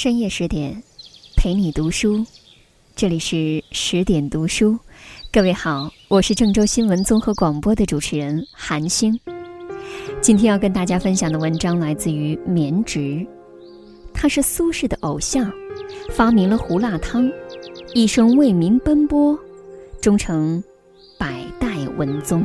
深夜10点，陪你读书。这里是10点读书。各位好，我是郑州新闻综合广播的主持人韩星。今天要跟大家分享的文章来自于绵直，他是苏轼的偶像，发明了胡辣汤，一生为民奔波，终成百代文宗。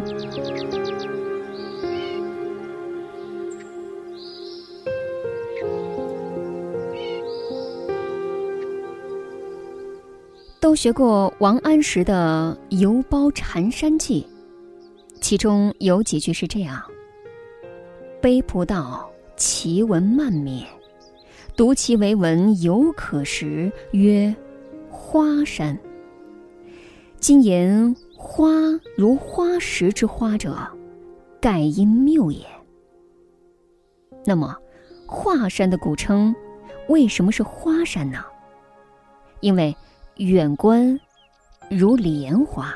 都学过王安石的《游褒禅山记》，其中有几句是这样：悲仆道，奇文漫灭，读其为文犹可识，曰花山。今言花如花石之花者，盖因谬也。那么华山的古称为什么是花山呢？因为远观如莲花。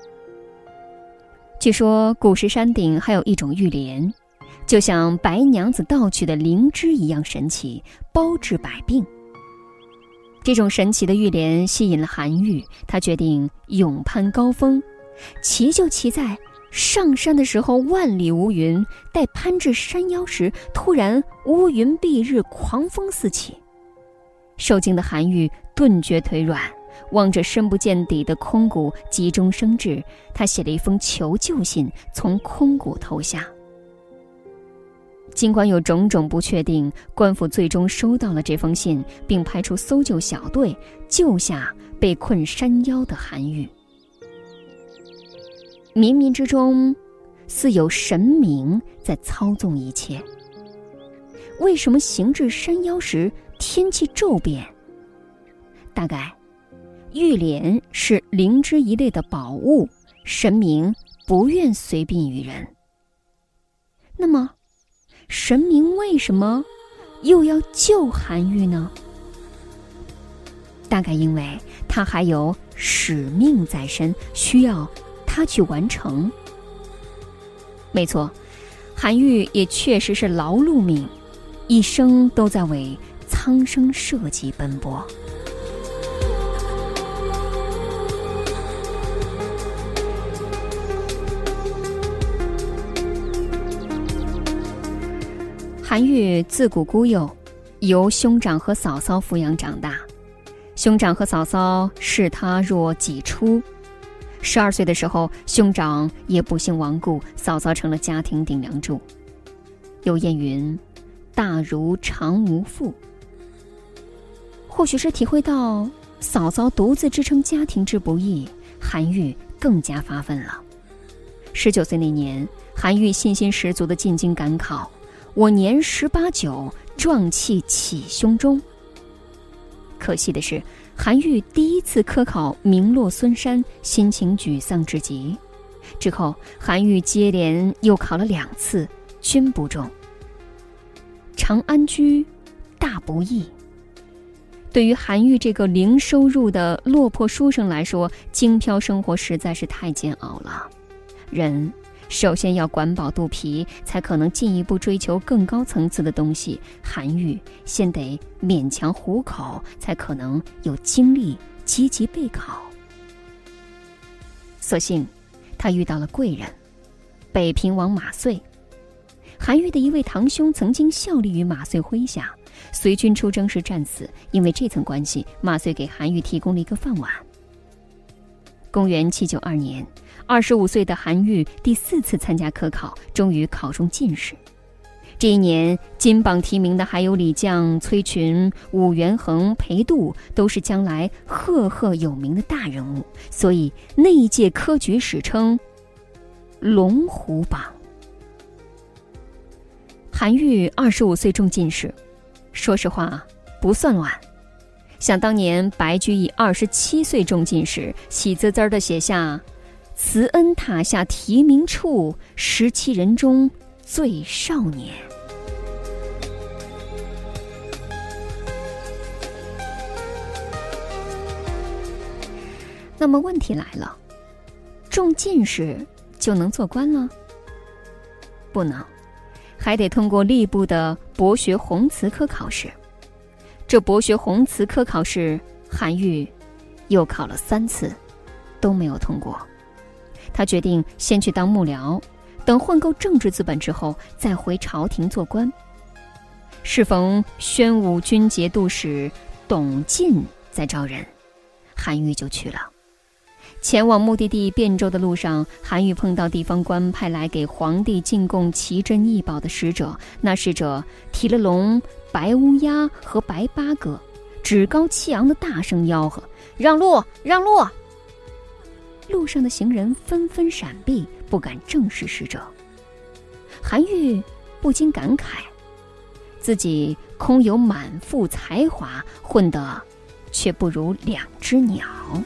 据说古时山顶还有一种玉莲，就像白娘子盗取的灵芝一样神奇，包治百病。这种神奇的玉莲吸引了韩愈，他决定勇攀高峰。骑就骑在上山的时候万里无云，待攀至山腰时，突然乌云蔽日，狂风四起。受惊的韩愈顿觉腿软，望着深不见底的空谷，急中生智，他写了一封求救信，从空谷投下。尽管有种种不确定，官府最终收到了这封信，并派出搜救小队救下被困山腰的韩愈。冥冥之中，似有神明在操纵一切。为什么行至山腰时天气骤变？大概玉莲是灵芝一类的宝物，神明不愿随便于人。那么神明为什么又要救韩愈呢？大概因为他还有使命在身，需要他去完成。没错，韩愈也确实是劳碌命，一生都在为苍生社稷奔波。韩愈自古孤幼，由兄长和嫂嫂抚养长大。兄长和嫂嫂视他若己出。12岁的时候，兄长也不幸亡故，嫂嫂成了家庭顶梁柱。有谚云：大如常无父。或许是体会到嫂嫂独自支撑家庭之不易，韩愈更加发奋了。19岁那年，韩愈信心十足地进京赶考。我年18、9，壮气起胸中。可惜的是，韩愈第一次科考名落孙山，心情沮丧至极。之后，韩愈接连又考了2次，均不中。长安居大不易。对于韩愈这个零收入的落魄书生来说，京漂生活实在是太煎熬了。人首先要管饱肚皮，才可能进一步追求更高层次的东西。韩愈先得勉强糊口，才可能有精力积极备考。所幸他遇到了贵人，北平王马遂。韩愈的一位堂兄曾经效力于马遂麾下，随军出征时战死，因为这层关系，马遂给韩愈提供了一个饭碗。公元792年，25岁的韩愈第4次参加科考，终于考中进士。这一年金榜题名的还有李绛、崔群、武元衡、裴度，都是将来赫赫有名的大人物，所以那一届科举史称龙虎榜。韩愈25岁中进士，说实话不算晚。想当年白居易27岁中进士，喜滋滋地写下慈恩塔下提名处，17人中最少年。那么问题来了，中进士就能做官了？不能，还得通过吏部的博学宏词科考试。 这博学宏词科考试，韩愈又考了3次，都没有通过。他决定先去当幕僚，等混够政治资本之后，再回朝廷做官。适逢宣武军节度使董进在招人，韩愈就去了。前往目的地汴州的路上，韩愈碰到地方官派来给皇帝进贡奇珍异宝的使者，那使者提了笼白乌鸦和白八哥，趾高气扬的大声吆喝：“让路，让路！”路上的行人纷纷闪避，不敢正视使者。韩愈不禁感慨，自己空有满腹才华，混得却不如2只鸟。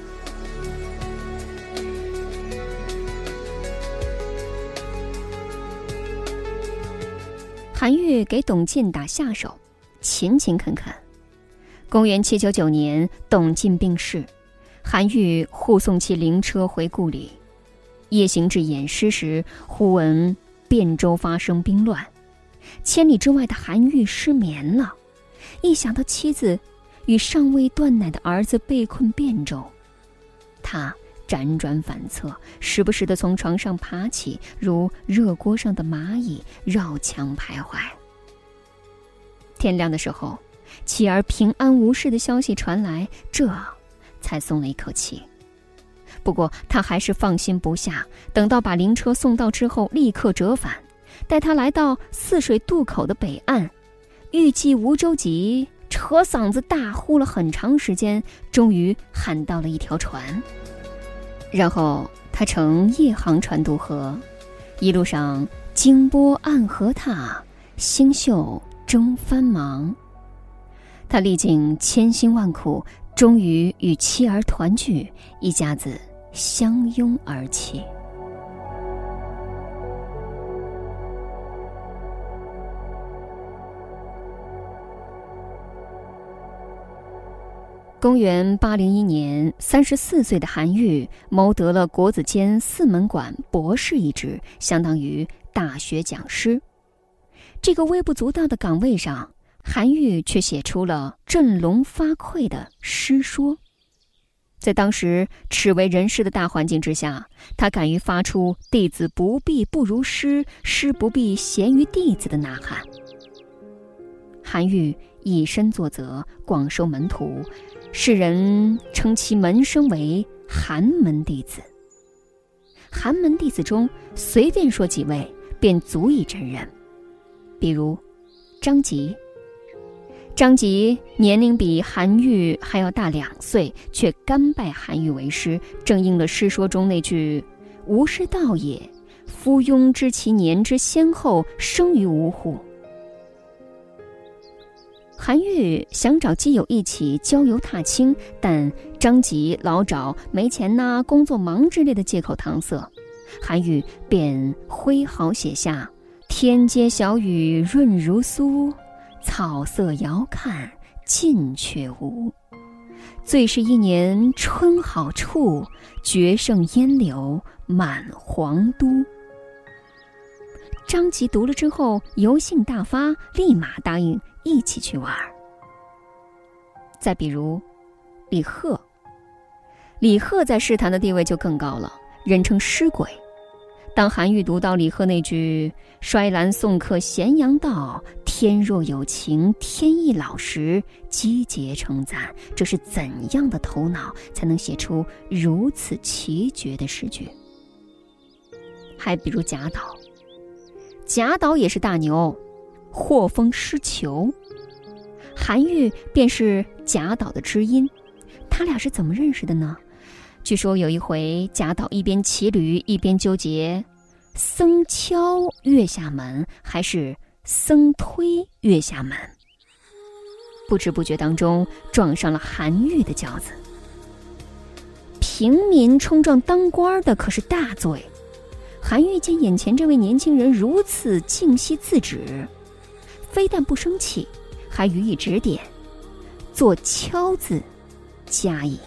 韩愈给董进打下手，勤勤恳恳。公元799年，董进病逝，韩愈护送其灵车回故里。夜行至偃师时，忽闻汴州发生兵乱，千里之外的韩愈失眠了。一想到妻子与尚未断奶的儿子被困汴州，他辗转反侧，时不时地从床上爬起，如热锅上的蚂蚁，绕墙徘徊。天亮的时候，妻儿平安无事的消息传来，这才松了一口气。不过他还是放心不下，等到把灵车送到之后，立刻折返，带他来到泗水渡口的北岸，欲济无舟楫，扯嗓子大呼了很长时间，终于喊到了一条船。然后他乘夜航船渡河，一路上惊波暗河踏，星宿争帆忙。他历尽千辛万苦，终于与妻儿团聚，一家子相拥而泣。公元801年，34岁的韩愈谋得了国子监四门馆博士一职，相当于大学讲师。这个微不足道的岗位上，韩愈却写出了振聋发聩的诗说。在当时耻为人师的大环境之下，他敢于发出弟子不必不如师，师不必贤于弟子的呐喊。韩愈以身作则，广收门徒，世人称其门生为寒门弟子。寒门弟子中随便说几位便足以真人，比如张籍。张籍年龄比韩愈还要大2岁，却甘拜韩愈为师，正应了诗说中那句“吾师道也，夫庸知其年之先后，生于吾乎”。韩愈想找基友一起郊游踏青，但张籍老找没钱呐、工作忙之类的借口搪塞，韩愈便挥毫写下“天街小雨润如酥，草色遥看近却无。最是一年春好处，绝胜烟柳满皇都”。张籍读了之后由兴大发，立马答应一起去玩。再比如李贺，李贺在诗坛的地位就更高了，人称诗鬼。当韩愈读到李贺那句“衰兰送客咸阳道，天若有情天亦老”时，击节称赞，这是怎样的头脑才能写出如此奇绝的诗句？还比如贾岛，贾岛也是大牛，获封诗囚。韩愈便是贾岛的知音，他俩是怎么认识的呢？据说有一回，贾岛一边骑驴一边纠结僧敲月下门还是僧推月下门，不知不觉当中撞上了韩愈的轿子。平民冲撞当官的可是大罪，韩愈见眼前这位年轻人如此静息自止，非但不生气，还予以指点，做敲字加以。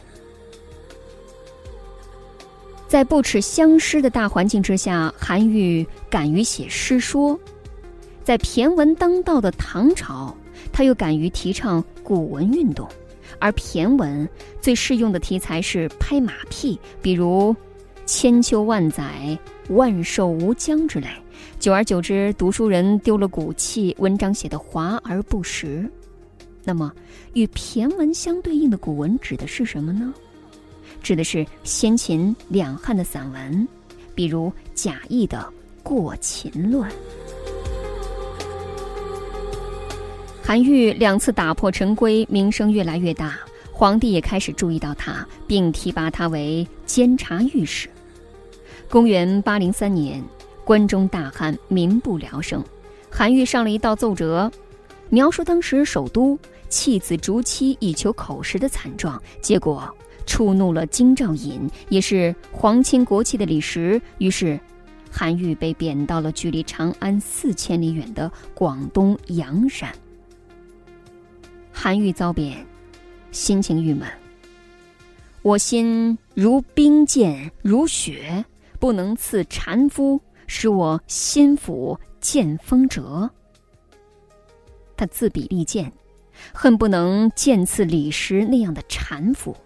在不耻相师的大环境之下，韩愈敢于写诗说。在骈文当道的唐朝， 他又敢于提倡古文运动，而骈文最适用的题材是拍马屁，比如千秋万载、万寿无疆之类。久而久之，读书人丢了骨气，文章写得华而不实。那么与骈文相对应的古文指的是什么呢？指的是先秦两汉的散文，比如贾谊的《过秦论》。韩愈2次打破陈规，名声越来越大，皇帝也开始注意到他，并提拔他为监察御史。公元803年，关中大旱，民不聊生。韩愈上了一道奏折，描述当时首都弃子逐妻以求口实的惨状，结果触怒了京兆尹，也是皇亲国戚的李实。于是韩愈被贬到了距离长安4000里远的广东阳山。韩愈遭贬，心情郁闷。我心如冰剑，如雪，不能刺缠夫，使我心腹见风折。他自比利剑，恨不能剑刺李实那样的缠夫。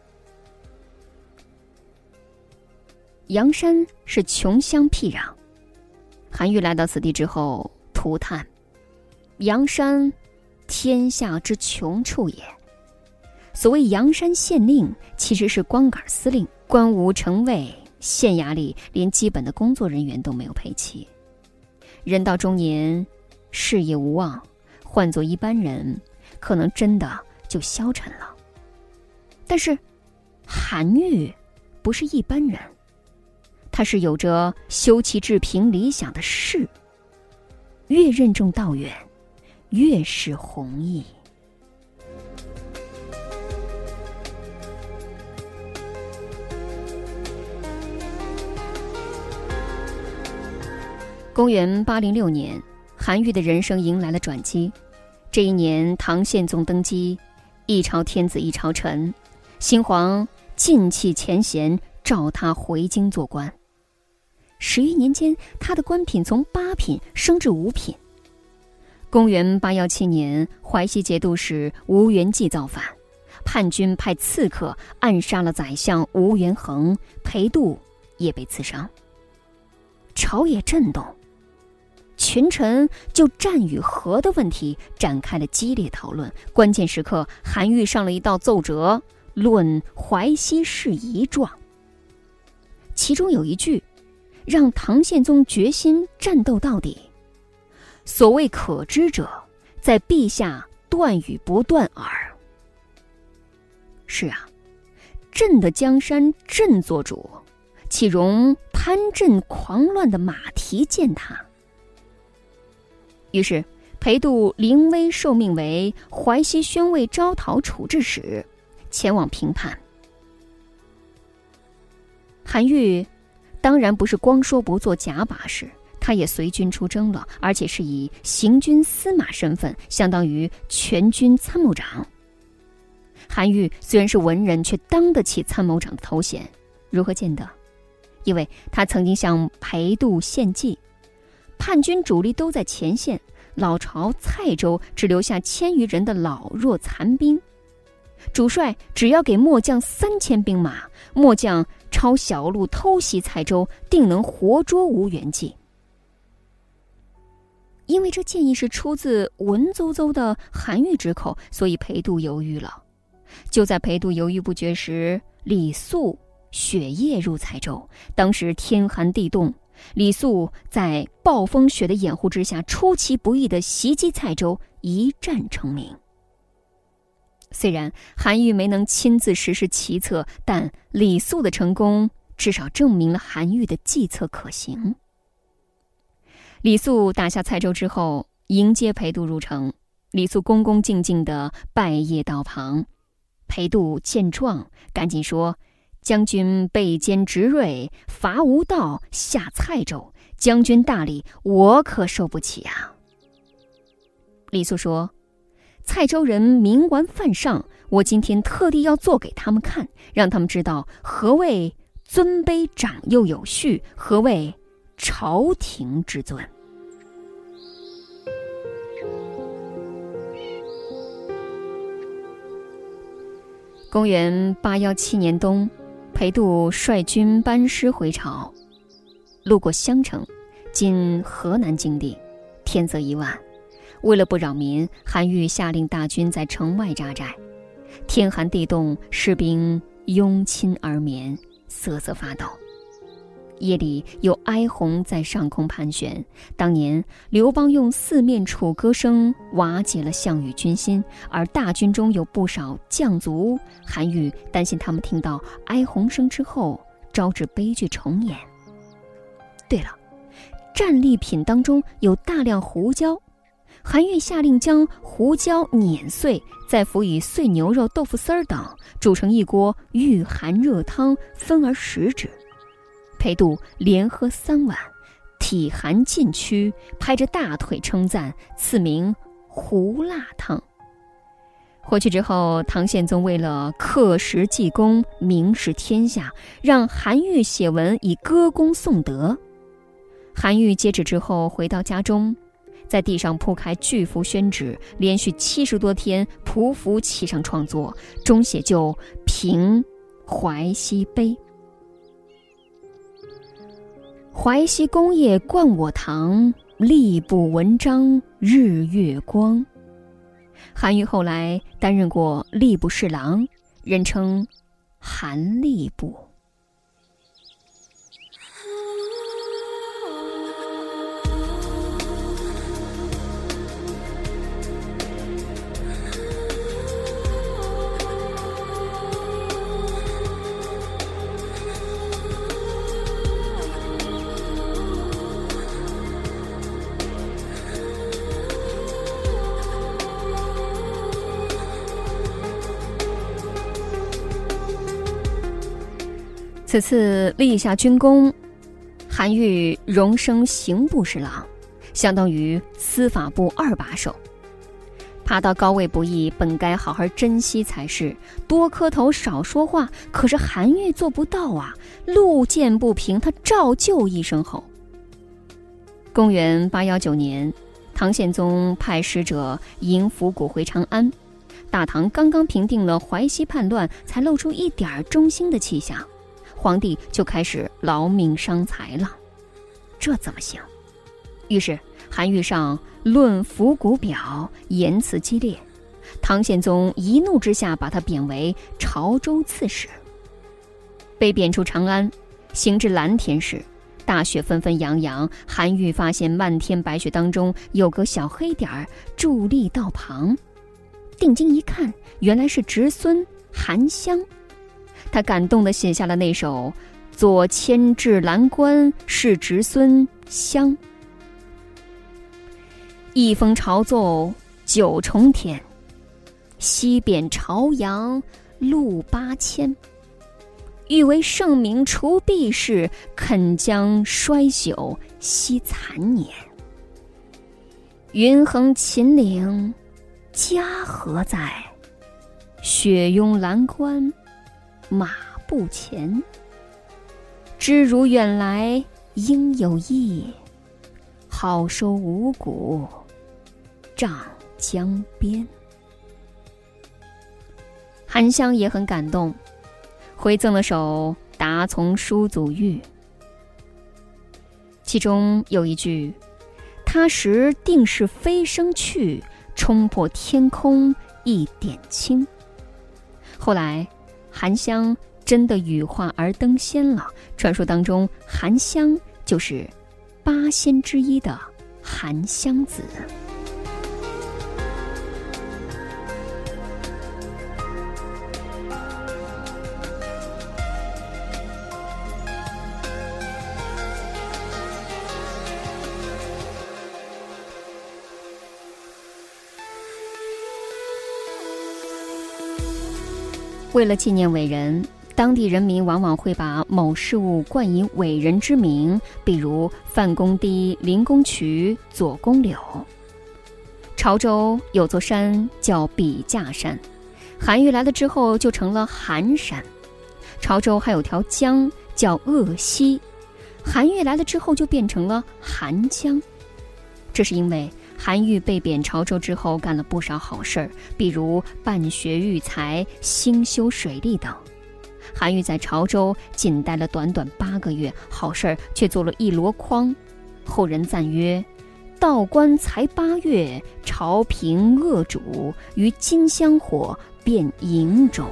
阳山是穷乡僻壤，韩愈来到此地之后图叹：阳山，天下之穷处也。所谓阳山县令，其实是光杆司令，官无城尉，县衙里连基本的工作人员都没有配齐。人到中年，事业无望，换做一般人，可能真的就消沉了。但是韩愈不是一般人，他是有着修齐治平理想的士，越任重道远，越是弘毅。公元806年，韩愈的人生迎来了转机。这一年，唐宪宗登基，一朝天子一朝臣，新皇尽弃前嫌，召他回京做官。11年间，他的官品从8品升至5品。公元817年，淮西节度使吴元济造反，叛军派刺客暗杀了宰相吴元衡，裴度也被刺伤。朝野震动，群臣就战与和的问题展开了激烈讨论。关键时刻，韩愈上了一道奏折，论淮西事宜状。其中有一句让唐宪宗决心战斗到底：所谓可知者，在陛下断与不断耳。是啊，朕的江山朕做主，岂容藩镇狂乱的马蹄践踏？于是裴度临危受命为淮西宣慰招讨处置使，前往平叛。韩愈当然不是光说不做假把式，他也随军出征了，而且是以行军司马身份，相当于全军参谋长。韩愈虽然是文人，却当得起参谋长的头衔。如何见得？因为他曾经向裴度献计，叛军主力都在前线，老巢蔡州只留下1000余人的老弱残兵，主帅只要给末将3000兵马，末将抄小路偷袭蔡州，定能活捉吴元济。因为这建议是出自文绉绉的韩愈之口，所以裴度犹豫了。就在裴度犹豫不决时，李肃雪夜入蔡州，当时天寒地冻，李肃在暴风雪的掩护之下，出其不意地袭击蔡州，一战成名。虽然韩愈没能亲自实施奇策，但李肃的成功至少证明了韩愈的计策可行。李肃打下蔡州之后，迎接裴度入城。李肃恭恭敬敬地拜谒道旁。裴度见状，赶紧说：将军背坚执锐，伐吴道，下蔡州，将军大礼，我可受不起啊。李肃说：蔡州人冥顽犯上，我今天特地要做给他们看，让他们知道何谓尊卑长幼有序，何谓朝廷之尊。 公元817年冬，裴度率军班师回朝，路过襄城，今河南境地，天色已晚。为了不扰民，韩愈下令大军在城外扎寨。天寒地冻，士兵拥衾而眠，瑟瑟发抖。夜里有哀鸿在上空盘旋。当年刘邦用四面楚歌声瓦解了项羽军心，而大军中有不少将卒，韩愈担心他们听到哀鸿声之后招致悲剧重演。对了，战利品当中有大量胡椒，韩愈下令将胡椒碾碎，再辅以碎牛肉、豆腐丝儿等，煮成一锅御寒热汤，分而食之。裴度连喝3碗，体寒尽屈，拍着大腿称赞，赐名胡辣汤。回去之后，唐宪宗为了刻石记功，名示天下，让韩愈写文以歌功颂德。韩愈接旨之后回到家中，在地上铺开巨幅宣纸，连续70多天匍匐其上创作，终写就《评淮西碑》。淮西工业冠我堂，吏部文章日月光。韩愈后来担任过吏部侍郎，人称韩吏部。此次立下军功，韩愈荣升刑部侍郎，相当于司法部2把手。爬到高位不易，本该好好珍惜才是，多磕头少说话，可是韩愈做不到啊，路见不平他照旧一声吼。公元819年，唐宪宗派使者迎伏古回长安，大唐刚刚平定了淮西叛乱，才露出一点中兴的气象，皇帝就开始劳命伤财了，这怎么行？于是韩愈上论伏古表，言辞激烈。唐宪宗一怒之下，把他贬为潮州刺史。被贬出长安，行至蓝田时，大雪纷纷扬扬，韩愈发现漫天白雪当中有个小黑点儿伫立道旁，定睛一看，原来是侄孙韩湘。他感动地写下了那首《左迁至蓝关是侄孙湘》。一封朝奏9重天，西贬朝阳路8000。欲为圣明除弊事，肯将衰朽惜残年。云横秦岭家何在？雪拥蓝关马不前。知如远来应有意，好收五谷丈江边。韩湘也很感动，回赠了首《答从叔祖谕》，其中有一句：他时定是飞升去，冲破天空一点青。后来韩湘真的羽化而登仙了，传说当中韩湘就是8仙之一的韩湘子。为了纪念伟人，当地人民往往会把某事物冠以伟人之名，比如范公堤、临公渠、左公柳。潮州有座山叫笔架山，韩愈来了之后就成了韩山。潮州还有条江叫鄂溪，韩愈来了之后就变成了韩江。这是因为韩愈被贬潮州之后，干了不少好事儿，比如办学育才、兴修水利等。韩愈在潮州仅待了短短8个月，好事儿却做了一箩筐。后人赞曰：道官才8月，朝平恶主，于金香火变瀛州。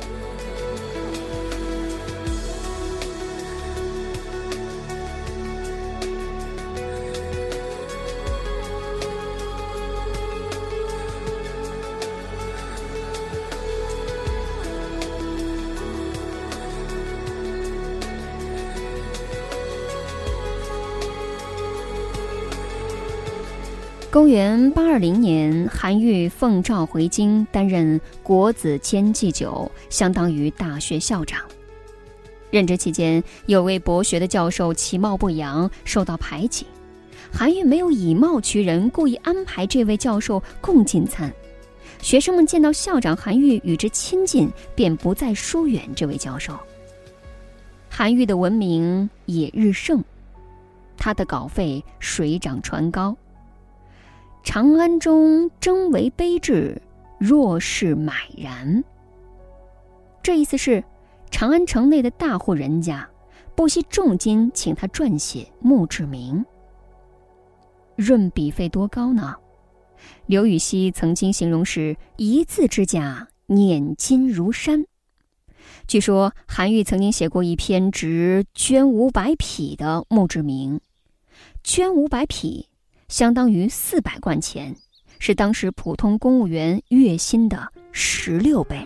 公元820年，韩愈奉诏回京，担任国子监祭酒，相当于大学校长。任职期间，有位博学的教授其貌不扬，受到排挤。韩愈没有以貌取人，故意安排这位教授共进餐。学生们见到校长韩愈与之亲近，便不再疏远这位教授。韩愈的闻名也日盛，他的稿费水涨船高。长安中征为卑至，若是买然。这意思是，长安城内的大户人家不惜重金请他撰写墓志铭。润笔费多高呢？刘禹锡曾经形容是一字之价，碾金如山。据说韩愈曾经写过一篇值绢500匹的墓志铭，绢500匹相当于400贯钱，是当时普通公务员月薪的16倍。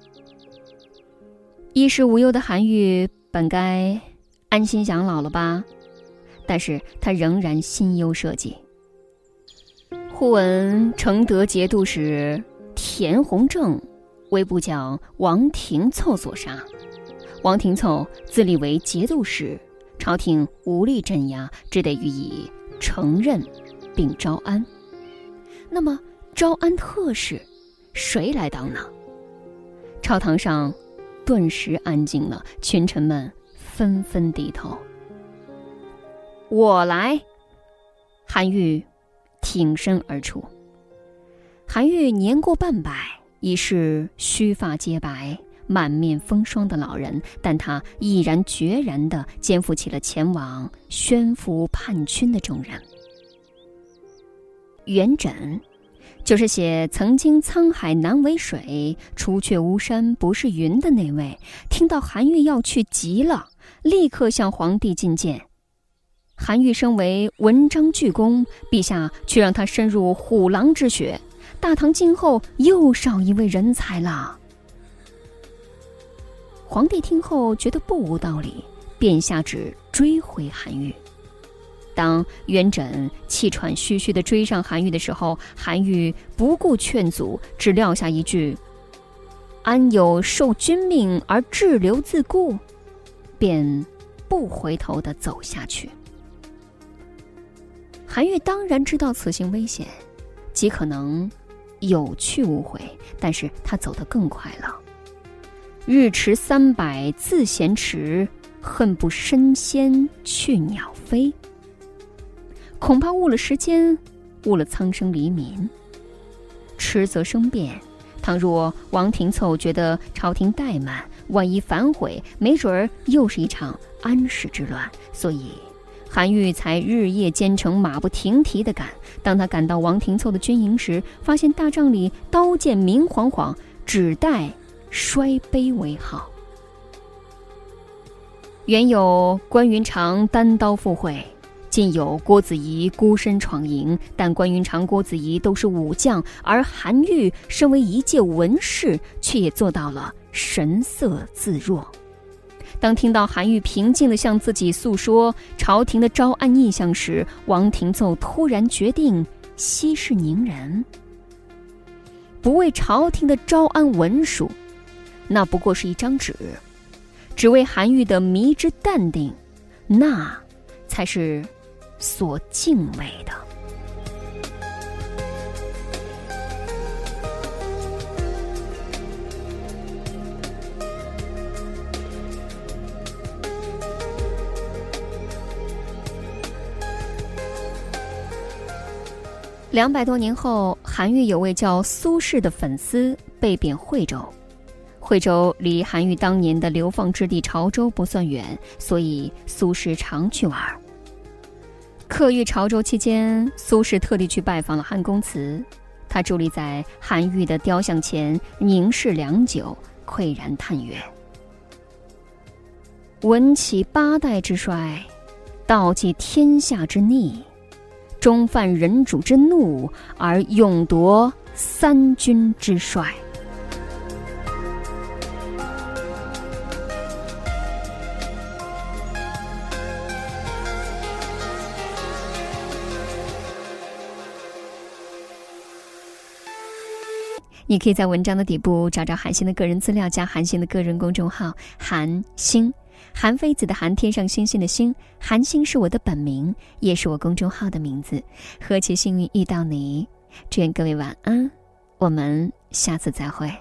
衣食无忧的韩愈本该安心养老了吧，但是他仍然心忧社稷。忽闻承德节度使田弘正为部将王廷凑所杀，王廷凑自立为节度使，朝廷无力镇压，只得予以承认并招安。那么招安特使谁来当呢？朝堂上顿时安静了，群臣们纷纷低头。我来！韩愈挺身而出。韩愈年过半百，已是须发皆白、满面风霜的老人，但他毅然决然地肩负起了前往宣抚叛军的重任。元稹就是写曾经沧海难为水，除却巫山不是云的那位，听到韩愈要去急了，立刻向皇帝进谏。韩愈身为文章巨公，陛下却让他深入虎狼之穴，大唐今后又少一位人才了。皇帝听后觉得不无道理，便下旨追回韩愈。当元稹气喘吁吁地追上韩愈的时候，韩愈不顾劝阻，只撂下一句：安有受君命而滞留自顾，便不回头地走下去。韩愈当然知道此行危险，极可能有去无回，但是他走得更快了。日驰300自闲驰，恨不身先去鸟飞。恐怕误了时间，误了苍生黎民。迟则生变，倘若王廷凑觉得朝廷怠慢，万一反悔，没准儿又是一场安史之乱。所以韩愈才日夜兼程，马不停蹄地赶。当他赶到王廷凑的军营时，发现大帐里刀剑明晃晃，只待衰卑为好。原有关云长单刀赴会，今有郭子仪孤身闯营，但关云长、郭子仪都是武将，而韩愈身为一介文士，却也做到了神色自若。当听到韩愈平静地向自己诉说朝廷的招安意向时，王廷凑突然决定息事宁人，不为朝廷的招安文书，那不过是一张纸，只为韩愈的迷之淡定，那才是所敬畏的。 200多年后，韩愈有位叫苏轼的粉丝被贬惠州。惠州离韩愈当年的流放之地潮州不算远，所以苏轼常去玩。客寓潮州期间，苏轼特地去拜访了韩公祠，他伫立在韩愈的雕像前，凝视良久，喟然叹曰：“闻其8代之衰，道济天下之逆，终犯人主之怒，而勇夺3军之帅。”你可以在文章的底部找找韩星的个人资料，加韩星的个人公众号韩星，韩非子的韩，天上星星的星，韩星是我的本名，也是我公众号的名字。何其幸运遇到你，祝愿各位晚安，我们下次再会。